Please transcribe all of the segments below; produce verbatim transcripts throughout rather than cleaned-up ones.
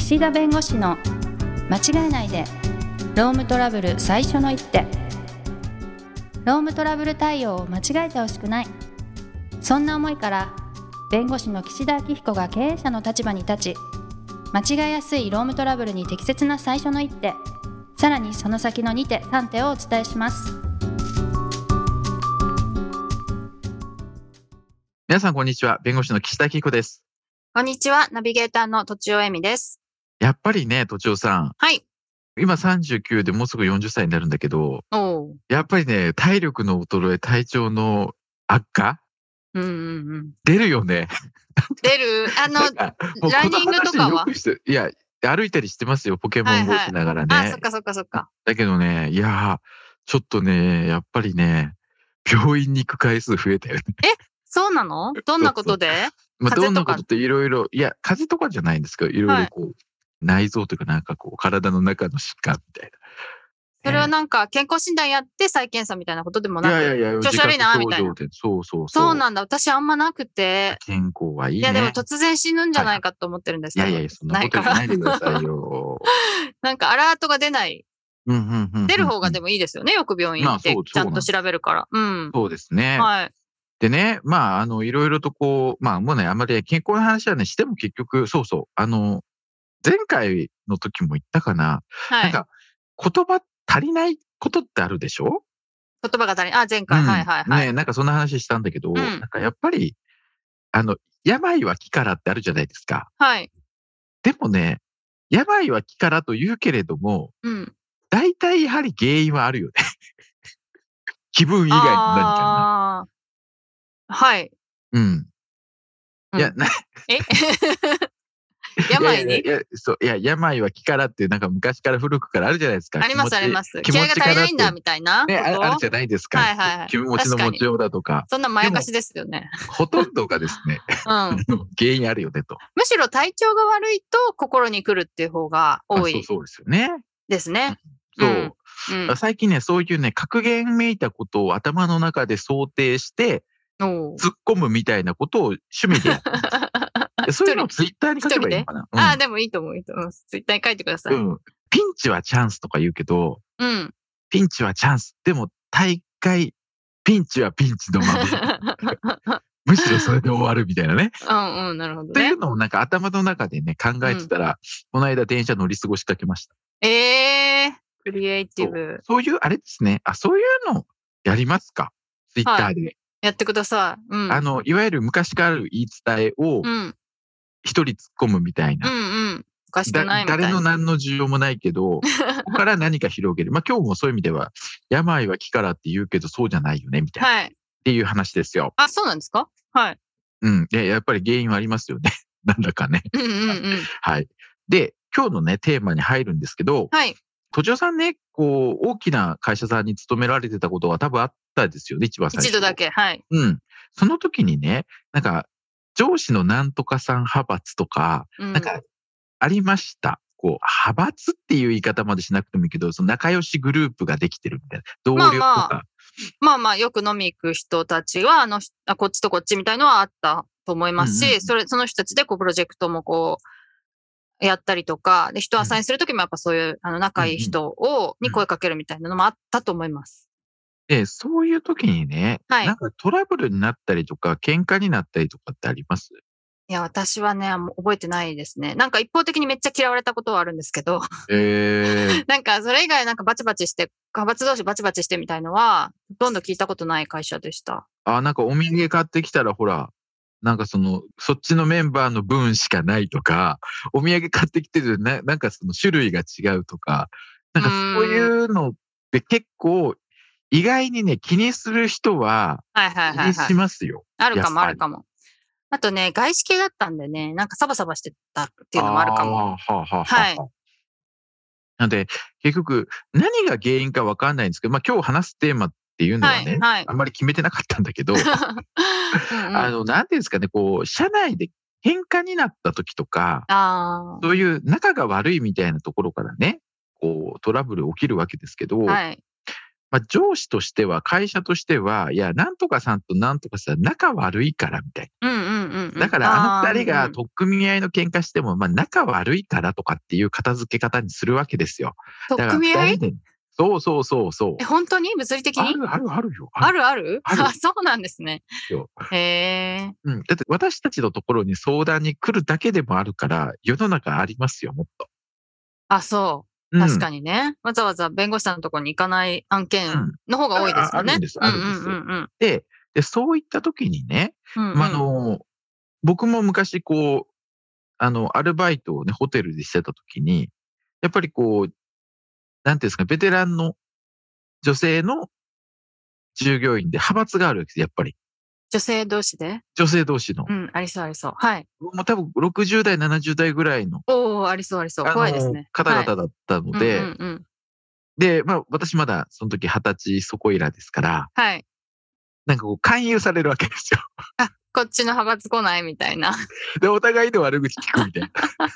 岸田弁護士の間違えないでロームトラブル最初の一手。ロームトラブル対応を間違えてほしくない、そんな思いから弁護士の岸田明彦が経営者の立場に立ち、間違えやすいロームトラブルに適切な最初の一手、さらにその先のに手さん手をお伝えします。 皆さんこんにちは。弁護士の岸田明彦です。 こんにちは。ナビゲーターのとちおえみです。 やっぱりね、とちおさん。 はい。 今さんじゅうきゅうでもうすぐよんじゅっさいになるんだけど、 おやっぱりね、体力の衰え、体調の悪化、 うんうんうん、 出るよね。 出るあのランニングとかはよくしていや歩いたりしてますよ。ポケモン ゴー しながらね。 はいはい、あ、そっかそっかそっか。 だけどね、いやちょっとね、やっぱりね、病院に行く回数増えたよね。 え、そうなの？どんなことで？ そうそう、まあ、どんなことっていろいろ、いや風邪とかじゃないんですけど、いろいろこう、はい、内臓というかなんかこう体の中の疾患みたいな。 それはなんか健康診断やって再検査みたいなことでもなく、いやいやいや調子悪いなみたいな。 そうそうそう。 そうなんだ。私あんまなくて。 健康はいいね。 いやでも突然死ぬんじゃないかと思ってるんですけど。 はい、いやいやそんなことじゃないでくださいよ。 なんかアラートが出ない。 うんうんうんうん、 出る方がでもいいですよね。よく病院行ってちゃんと調べるから。うん。 そうですね。 はい。 でね、まああのいろいろとこう、まあもうねあんまり健康の話はねしても結局そうそうあの前回の時も言ったかな。はい、なんか言葉足りないことってあるでしょ？ 言葉が足りない。あ、前回、うん、はいはいはい。 ね、なんかそんな話したんだけど、 うん、 なんかやっぱり、あの、病は気からってあるじゃないですか。 はい。 でもね、病は気からと言うけれども、 うん、 大体やはり原因はあるよね。気分以外に何かな。はい。 うん。いや、な、 え病にいやいやいや、そう、いや、病は気からってなんか昔から古くからあるじゃないですか。 ありますあります。気合が足りないんだみたいな。 ね、あるじゃないですか。 はいはいはい。 気持ちの持ちようだとか。 そんなまやかしですよね。 ほとんどがですね、うん、原因あるよねと。 むしろ体調が悪いと心に来るっていう方が多い。 そうそうですよね。 ですね。 そう。うん、最近ね、そういうね、格言めいたことを頭の中で想定して、突っ込むみたいなことを趣味でやってます。そういうのをツイッターに書けばいいのかな。 うん、ああ、でもいいと思う、いいと思う。ツイッターに書いてください。うん。 ピンチはチャンスとか言うけど、 うん。 ピンチはチャンス。でも大会、ピンチはピンチのまま。むしろそれで終わるみたいなね。 うんうん、なるほどね。 っていうのをなんか頭の中でね、考えてたら、うん、この間電車乗り過ごしかけました。 ええー、クリエイティブ。 そう、そういう、あれですね。あ、そういうのやりますか？ツイッターで。はい、 やってください。うん、 あの、いわゆる昔からある言い伝えを、一人突っ込むみたいな。 うんうん。おかしくないみたいな。 誰の何の需要もないけど、ここから何か広げる。まあ今日もそういう意味では、病は気からって言うけどそうじゃないよね、みたいな。はい。っていう話ですよ。 あ、そうなんですか？はい。 うん。で、やっぱり原因はありますよね。なんだかね。 うんうんうん。 はい。で、今日のね、テーマに入るんですけど、 はい。 とちおさんね、こう、大きな会社さんに勤められてたことは多分あったですよね、一番最初。 一度だけ、はい。 うん。その時にね、なんか、上司のなんとかさん派閥とか、うん、なんか、ありました。こう、派閥っていう言い方までしなくてもいいけど、その仲良しグループができてるみたいな。同僚とか。 まあまあ、まあまあよく飲み行く人たちは、あの、あこっちとこっちみたいのはあったと思いますし、うんうん、それ、その人たちでこう、プロジェクトもこう、やったりとか、で、人をアサインするときもやっぱそういう、あの、仲いい人を、に声かけるみたいなのもあったと思います。 で、そういう時にね、はい、なんかトラブルになったりとか、喧嘩になったりとかってあります？ いや、私はね、もう覚えてないですね。なんか一方的にめっちゃ嫌われたことはあるんですけど。 えー、 なんかそれ以外なんかバチバチして、派閥同士バチバチしてみたいのは、ほとんど聞いたことない会社でした。 あ、なんかお土産買ってきたらほら、なんかその、そっちのメンバーの分しかないとか、お土産買ってきてるな、なんかその種類が違うとか、なんかそういうのって結構、意外にね、気にする人は、気にしますよ。 あるかもあるかも。あとね、外資系だったんでね、なんかサバサバしてたっていうのもあるかも。 はあ、はあはあ、 はい。 なんで、結局、何が原因かわかんないんですけど、まあ今日話すテーマっていうのはね、はいはい、あんまり決めてなかったんだけど、うん、うん、あの、なんていうんですかね、こう、社内で喧嘩になった時とか、 あそういう仲が悪いみたいなところからね、こう、トラブル起きるわけですけど、はい、 まあ、上司としては、会社としては、いや、なんとかさんとなんとかさん、仲悪いからみたいうんうんうんうん。 な。だから、あのあー二人がうん取っ組み合いの喧嘩しても、まあ、仲悪いからとかっていう片付け方にするわけですよ。 取っだから組み合い二人で、そうそうそうそえ、 う。 本当に物理的にあるあるあるよ。あある。 るあるあるあ、そうなんですね。 よ。 へえ。 うん。だって私たちのところに相談に来るだけでもあるから、世の中ありますよ、もっと。 あ、そう。 うん。 確かにね。わざわざ弁護士さんのところに行かない案件うん。 の方が多いですあ、 もんね。 あるんです、 うんうんあるんです。 うんうん。 で、で、そういった時にね、ま、あうんうん。 の、僕も昔こう、あの、アルバイトをね、ホテルでしてた時に、やっぱりこう、なんていうんですか、ベテランの女性の従業員で派閥があるわけです、やっぱり。 女性同士で女性同士の。 うん、ありそうありそう。はい。 もう多分ろくじゅう代、ななじゅう代ぐらいの、 おお、ありそうありそう。 あの、 怖いですね。 方はい。 々だったのうんうんで、 うん。 で、まあ、私まだその時はたちそこいらですから、 はい。 なんかこう勧誘されるわけですよ。 あ、こっちの派閥来ないみたいな。 で、お互いの悪口聞くみたいな。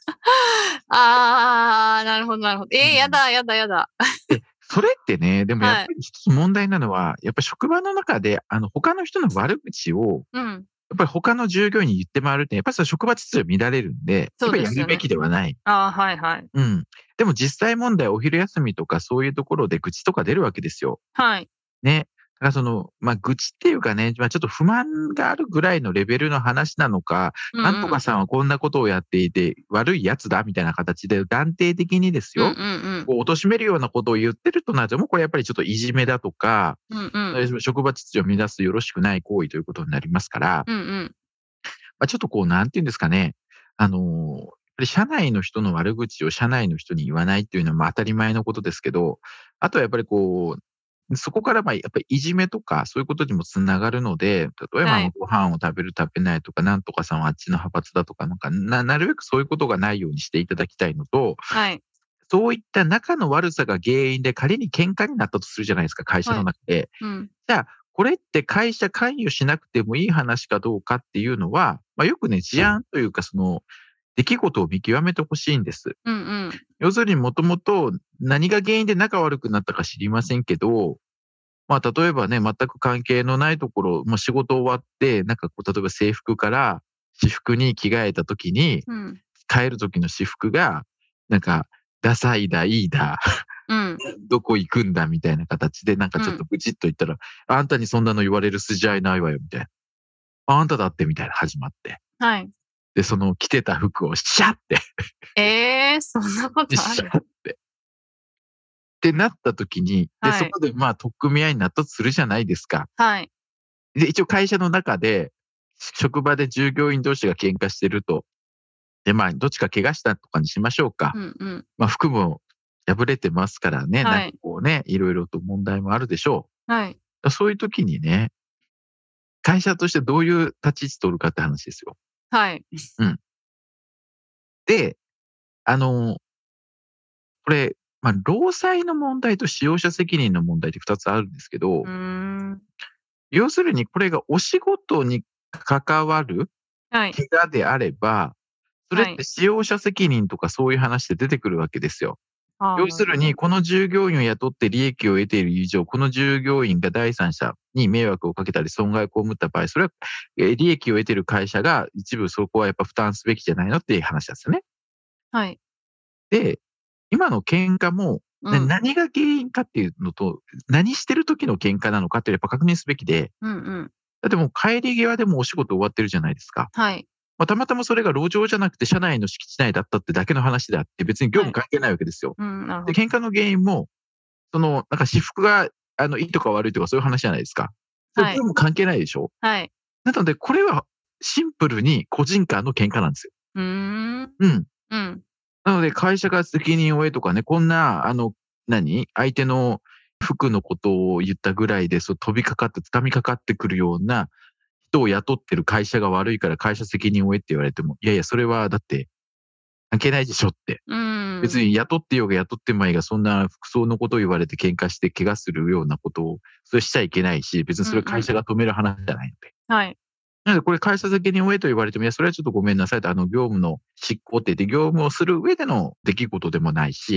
ああ、なるほどなるほど。ええ、やうん。 だやだやだ。 で、それってね、でもやっはい。 ぱり一つ問題なのは、やっぱ職場の中で、あの、他の人の悪口を、 うん。 やっぱり他の従業員に言って回るって、やっぱりそれ職場秩序乱れるんで、 そうやっぱりやるべですよね。 きではない。 ああ、はいはい。 うん。でも実際問題、お昼休みとかそういうところで愚痴とか出るわけですよ。 はい。 ね。だからその、まあ、愚痴っていうかね、まあ、ちょっと不満があるぐらいのレベルの話なのか、 うんなんとうん。 かさんはこんなことをやっていて悪い奴だみたいな形で断定的にですうんうんよ、 うん。 こう貶めるようなことを言ってるとなると、もうこれやっぱりちょっといじめだとか、 うんうん。 えー職場秩序を乱すよろしくない行為ということになりますから、 うんうん。 まあ、ちょっとこうなんて言うんですかね、あの、やっぱり社内の人の悪口を社内の人に言わないっていうのはまあ当たり前のことですけど、あとはやっぱりこう、そこからまあやっぱりいじめとかそういうことにもつながるので、例えばはい。 あのご飯を食べる食べないとか、なんとかさんはあっちの派閥だとか、なんかななるべくそういうことがないようにしていただきたいのと、 はい。 そういった仲の悪さが原因で仮に喧嘩になったとするじゃないですか、会社はい。 の中で。 うん。 じゃあ、これって会社関与しなくてもいい話かどうかっていうのは、まあ、よくね、事案というか、その、出来事を見極めてほしいんです。 うんうん。 要するにもともと何が原因で仲悪くなったか知りませんけど、まあ、例えばね、全く関係のないところ、まあ、仕事終わって、なんかこう、例えば制服から私服に着替えた時に、 うん。 帰る時の私服が、なんか、ダサいだ、いいだ、 うん。 どこ行くんだみたいな形で、なんかちょっとうん。 愚痴っと言ったら、あんたにそんなの言われる筋合いないわよ、みたいな。あんただってみたいな始まって。 はい。 で、その着てた服をシャッて、 ええ、そんなことあシャる？ ッて、ってなった時に、で、 はい。 そこでまあ取っ組み合いになったとするじゃないですか。 はい。 で、一応会社の中で、職場で従業員同士が喧嘩してると。で、まあ、どっちか怪我したとかにしましょうか。 うんうん。 まあ、服も破れてますからね、なんかはい。 こうね、いろいろと問題もあるでしょはい。 う。そういう時にね、会社としてどういう立ち位置取るかって話ですよ。 はい。 うん。で、あの、これ、まあ、労災の問題と使用者責任の問題ってふたつあるんですけど、 うーん。 要するにこれがお仕事に関わるはい。 怪我であれば、それっはい。 て使用者責任とかそういう話で出てくるわけですよ。 ああ、 要するに、 なるほど。 この従業員を雇って利益を得ている以上、この従業員が第三者に迷惑をかけたり損害を被った場合、それは、え、利益を得ている会社が一部そこはやっぱ負担すべきじゃないのっていう話なんですよね。 はい。 で、今の喧嘩も、なうん。 何が原因かっていうのと、何してる時の喧嘩なのかっていうのはやっぱ確認すべきで、 うんうん。 だってもう帰り際でもうお仕事終わってるじゃないですか。 はい。 まあ、たまたまそれが路上じゃなくて社内の敷地内だったってだけの話であって、別に業務はい。 関係ないわけですよ。 うん、なるで、 ほど。 喧嘩の原因もその、なんか私服が、あの、いいとか悪いとかそういう話じゃないですか。それはい。 業務関係ないでしょ？ はい。 なので、これはシンプルに個人間の喧嘩なんですよ。 うーん。 うん。 うん。 なので、会社が責任を負えとかね、こんな、あの、何？相手の服のことを言ったぐらいで、そう飛びかかって掴みかかってくるような人を雇ってる会社が悪いから会社責任を負えって言われても、いやいや、それはだって関係ないでしょって。 うーん。 別に雇ってようが雇ってまいが、そんな服装のことを言われて喧嘩して怪我するようなことを、それしちゃいけないし、別にそれは会うんうん。 社が止める話じゃないので。 はい。 なのでこれ会社責任を負えと言われても、いや、それはちょっとごめんなさいと、あの、業務の執行って言って、業務をする上での出来事でもないし、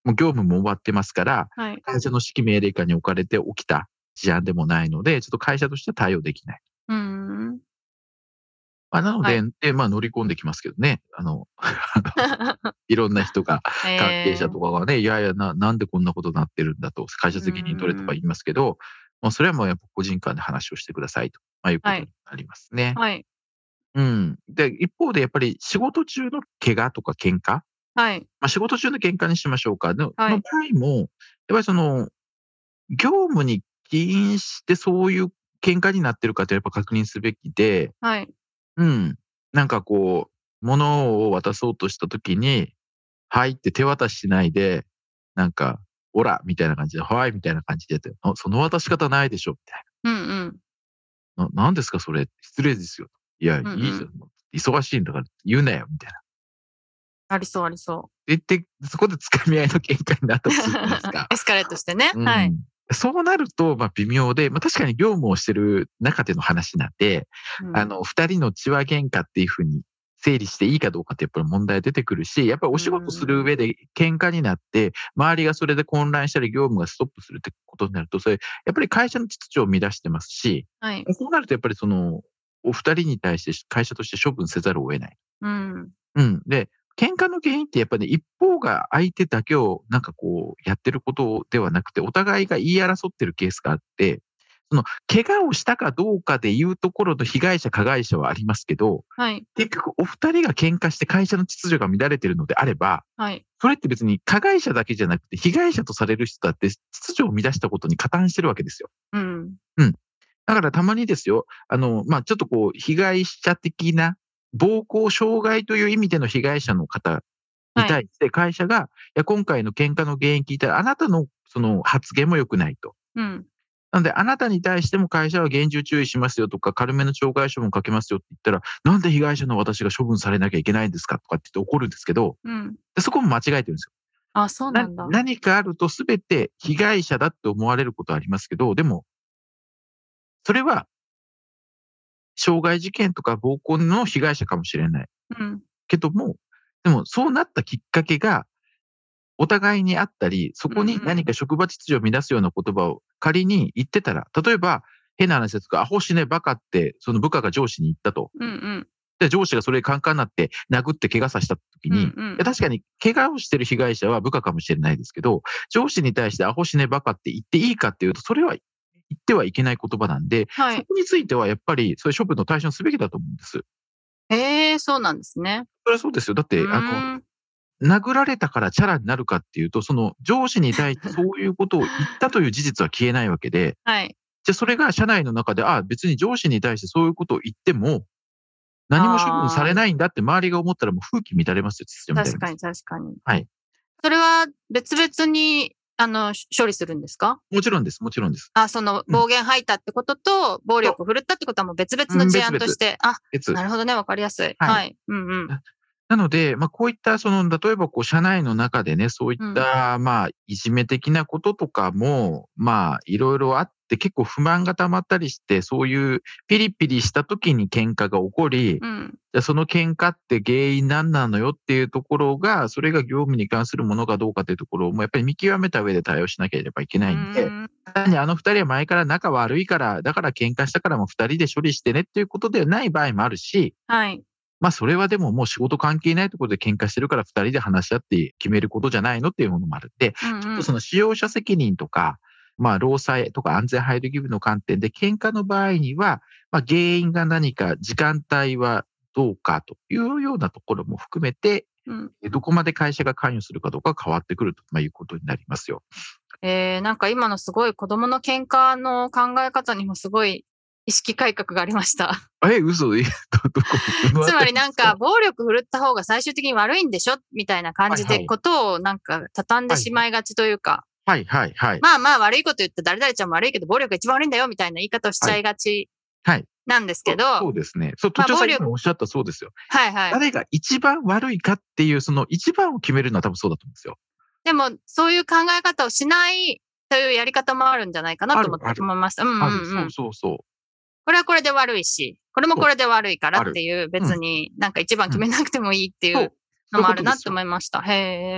もう業務も終わってますから、 はい。 会社の指揮命令下に置かれて起きた事案でもないので、ちょっと会社としては対応できない。 うーん。 まあ、なので、 はい。 で、まあ、乗り込んできますけどね。あの、いろんな人が、関係者ええ。 とかがね、いやいや、ななんでこんなことになってるんだと、会社う責任取れとかーん。 言いますけど、もうそれはもうやっぱ個人間で話をしてくださいと、まあ、いうことにはい。 なりますね。 はい。 うん。で、一方でやっぱり仕事中の怪我とか喧嘩、 はい。 まあ、仕事中の喧嘩にしましょうか。のの場はい。 合も、やっぱりその、業務に起因してそういう喧嘩になってるかってやっぱ確認すべきで、 はい。 うん。なんかこう、物を渡そうとした時に、はいって手渡ししないで、なんか、オラみたいな感じで、はいみたいな感じでやって、あ、その渡し方ないでしょみたいうんうん。 な。ななんですかそれ、失礼ですよ。いや、いうんういじゃん。 ん。 忙しいんだから言うなよみたいな。 ありそうありそう。 言って、そこで掴み合いの喧嘩になったとするじゃないですか。 エスカレートしてね。はい。 うん。そうなると、ま、微妙で、ま、確かに業務をしてる中での話なんで、 うん。 あの、二人の血話喧嘩っていう風に整理していいかどうかってやっぱり問題出てくるし、やっぱりうお仕事するーん。 上で喧嘩になって、周りがそれで混乱したり業務がストップするってことになると、それやっぱり会社の秩序を乱してますし、 はい。 そうなるとやっぱりその、お二人に対して会社として処分せざるを得ない。 うん。 うん。で、喧嘩の原因ってやっぱり、ね、一方が相手だけをなんかこうやってることではなくて、お互いが言い争ってるケースがあって、その怪我をしたかどうかでいうところの被害者加害者はありますけど、 はい。 結局お二人が喧嘩して会社の秩序が乱れてるのであれば、 はい。 それって別に加害者だけじゃなくて、被害者とされる人だって秩序を乱したことに加担してるわけですよ。 うん。 うん。だからたまにですよ、あの、まあ、ちょっとこう、被害者的な、暴行傷害という意味での被害者の方にはい。 対して会社が、いや、今回の喧嘩の原因聞いたら、あなたのその発言も良くないと。 うん。 なので、あなたに対しても会社は厳重注意しますよとか、軽めの懲戒処分かけますよって言ったら、なんで被害者の私が処分されなきゃいけないんですかとかって言って怒るんですけど、 うん。 でそこも間違えてるんですよ。 あ、そうななんだ。 何かあると全て被害者だって思われることはありますけど、でも、それは傷害事件とか暴行の被害者かもしれない。 うん。 けども、でもそうなったきっかけが、お互いにあったり、そうんうこに何ん。 か職場秩序を乱すような言葉を仮に言ってたら、例えば、変な話ですが、アホ死ねバカって、その部下が上司に言ったと。 うんうん。 で、上司がそれでカンカンになって殴って怪我させた時に、いうんうん。 や確かに怪我をしてる被害者は部下かもしれないですけど、上司に対してアホ死ねバカって言っていいかっていうと、それは言ってはいけない言葉なんで、 はい。 そこについてはやっぱりそういう処分の対象にすべきだと思うんです。 ええ、そうなんですね。 それはそうですよ。だっうて、あの、 ーん。 殴られたからチャラになるかっていうと、その上司に対してそういうことを言ったという事実は消えないわけで、 はい。 じゃ、それが社内の中で、ああ、別に上司に対してそういうことを言っても、何も処分さああ、 れないんだって周りが思ったらもう風紀乱れますよ、秩序乱れます。 確かに確かに。 はい。 それは別々に、あの、し処理するんですか？ もちろんです、もちろんです。 あ、そのうん。 暴言吐いたってことと、暴そう。 力振るったってことはもう別々 うん、 の事別々。 案として、あ、 別。 なるほどね、わかりやすい。 はい。 はい。うんうん。 ななので、まあ、こういったその、例えばこう社内の中でね、そういっうん。 た、まあ、いじめ的なこととかも、まあ、いろいろあって、結構不満が溜まったりして、そういうピリピリした時に喧嘩が起こり、 うん。 じゃ、その喧嘩って原因何なのよっていうところが、それが業務に関するものかどうかというところを、もうやっぱり見極めた上で対応しなければいけうないんで、 ーん。 単にあの二人は前から仲悪いから、だから喧嘩したからもう二人で処理してねっていうことではない場合もあるし、 はい。 ま、それはでももう仕事関係ないところで喧嘩してるからふたりで話し合って決めることじゃないのっていうものもあるんで、 うんちょっうん。 とその使用者責任とか、まあ、労災とか安全配慮義務の観点で喧嘩の場合には、ま、原因が何か、時間帯はどうかというようなところも含めて、 うん。 え、どこまで会社が関与するかどうかは変わってくると、ま、いうことになりますよ。 ええ、なんか今のすごい子供の喧嘩の考え方にもすごい意識改革がありました。 え、嘘、え、どどこ、どのあつまりなんたりですか？ か暴力振るった方が最終的に悪いんでしょみたいな感じではいはい。 ことをなんか畳んではいはい。 しまいがちというか、 はいはいはい。 まあまあ悪いこと言って誰々ちゃんも悪いけど暴力が一番悪いんだよみたいな言い方をしちゃはい。 いがちはい。 なんですそう、 けど、 そうですね。そう、都庁さんまあ暴力今おっしゃったそうですよ。 はいはい。 誰が一番悪いかっていう、その一番を決めるのは多分そうだと思うんですよ。 でもそういう考え方をしないというやり方もあるんじゃないかなと思あるある。 思いました。うんある。 うんうん。 そうそうそう。 これはこれで悪いし、これもそう、 これで悪いからある。 っていううん、 別になんか一番うん。 決めなくてもいいっていそう。 うそういうのもあるなってことですよ。 思いました。へえ。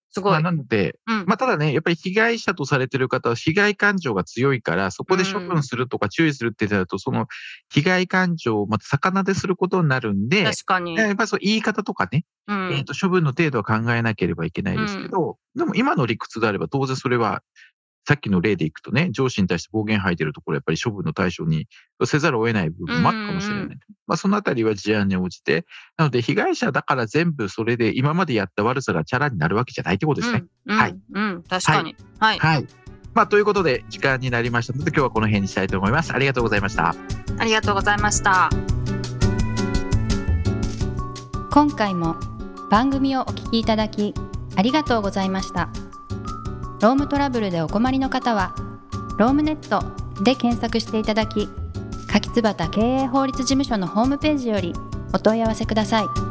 すごい。 まあ、なので、 うんまあ、ただね、やっぱり被害者とされてる方は被害感情が強いから、そこで処分するとか注意するってなると、その被害感情をまた逆なですることになるんで、 確かに。 やっぱりそう言い方とかね、 うんえっと、処分の程度は考えなければいけないですけど、でも今の理屈であれば当然それは、さっきの例でいくとね、上司に対して暴言吐いてるところ、やっぱり処分の対象にせざるを得ない部分もあるかもしれない。 うんうんうんまあ、そのあたりは事案に応じて、なので被害者だから全部それで今までやった悪さがチャラになるわけじゃないってことですね。 うんはい。 うん、確かに。はい。 はい。まあ、ということで時間になりましたので、今日はこの辺にしたいと思います。ありがとうございました。 ありがとうございました。 今回も番組をお聞きいただきありがとうございました。ロームトラブルでお困りの方はロームネットで検索していただき、柿椿経営法律事務所のホームページよりお問い合わせください。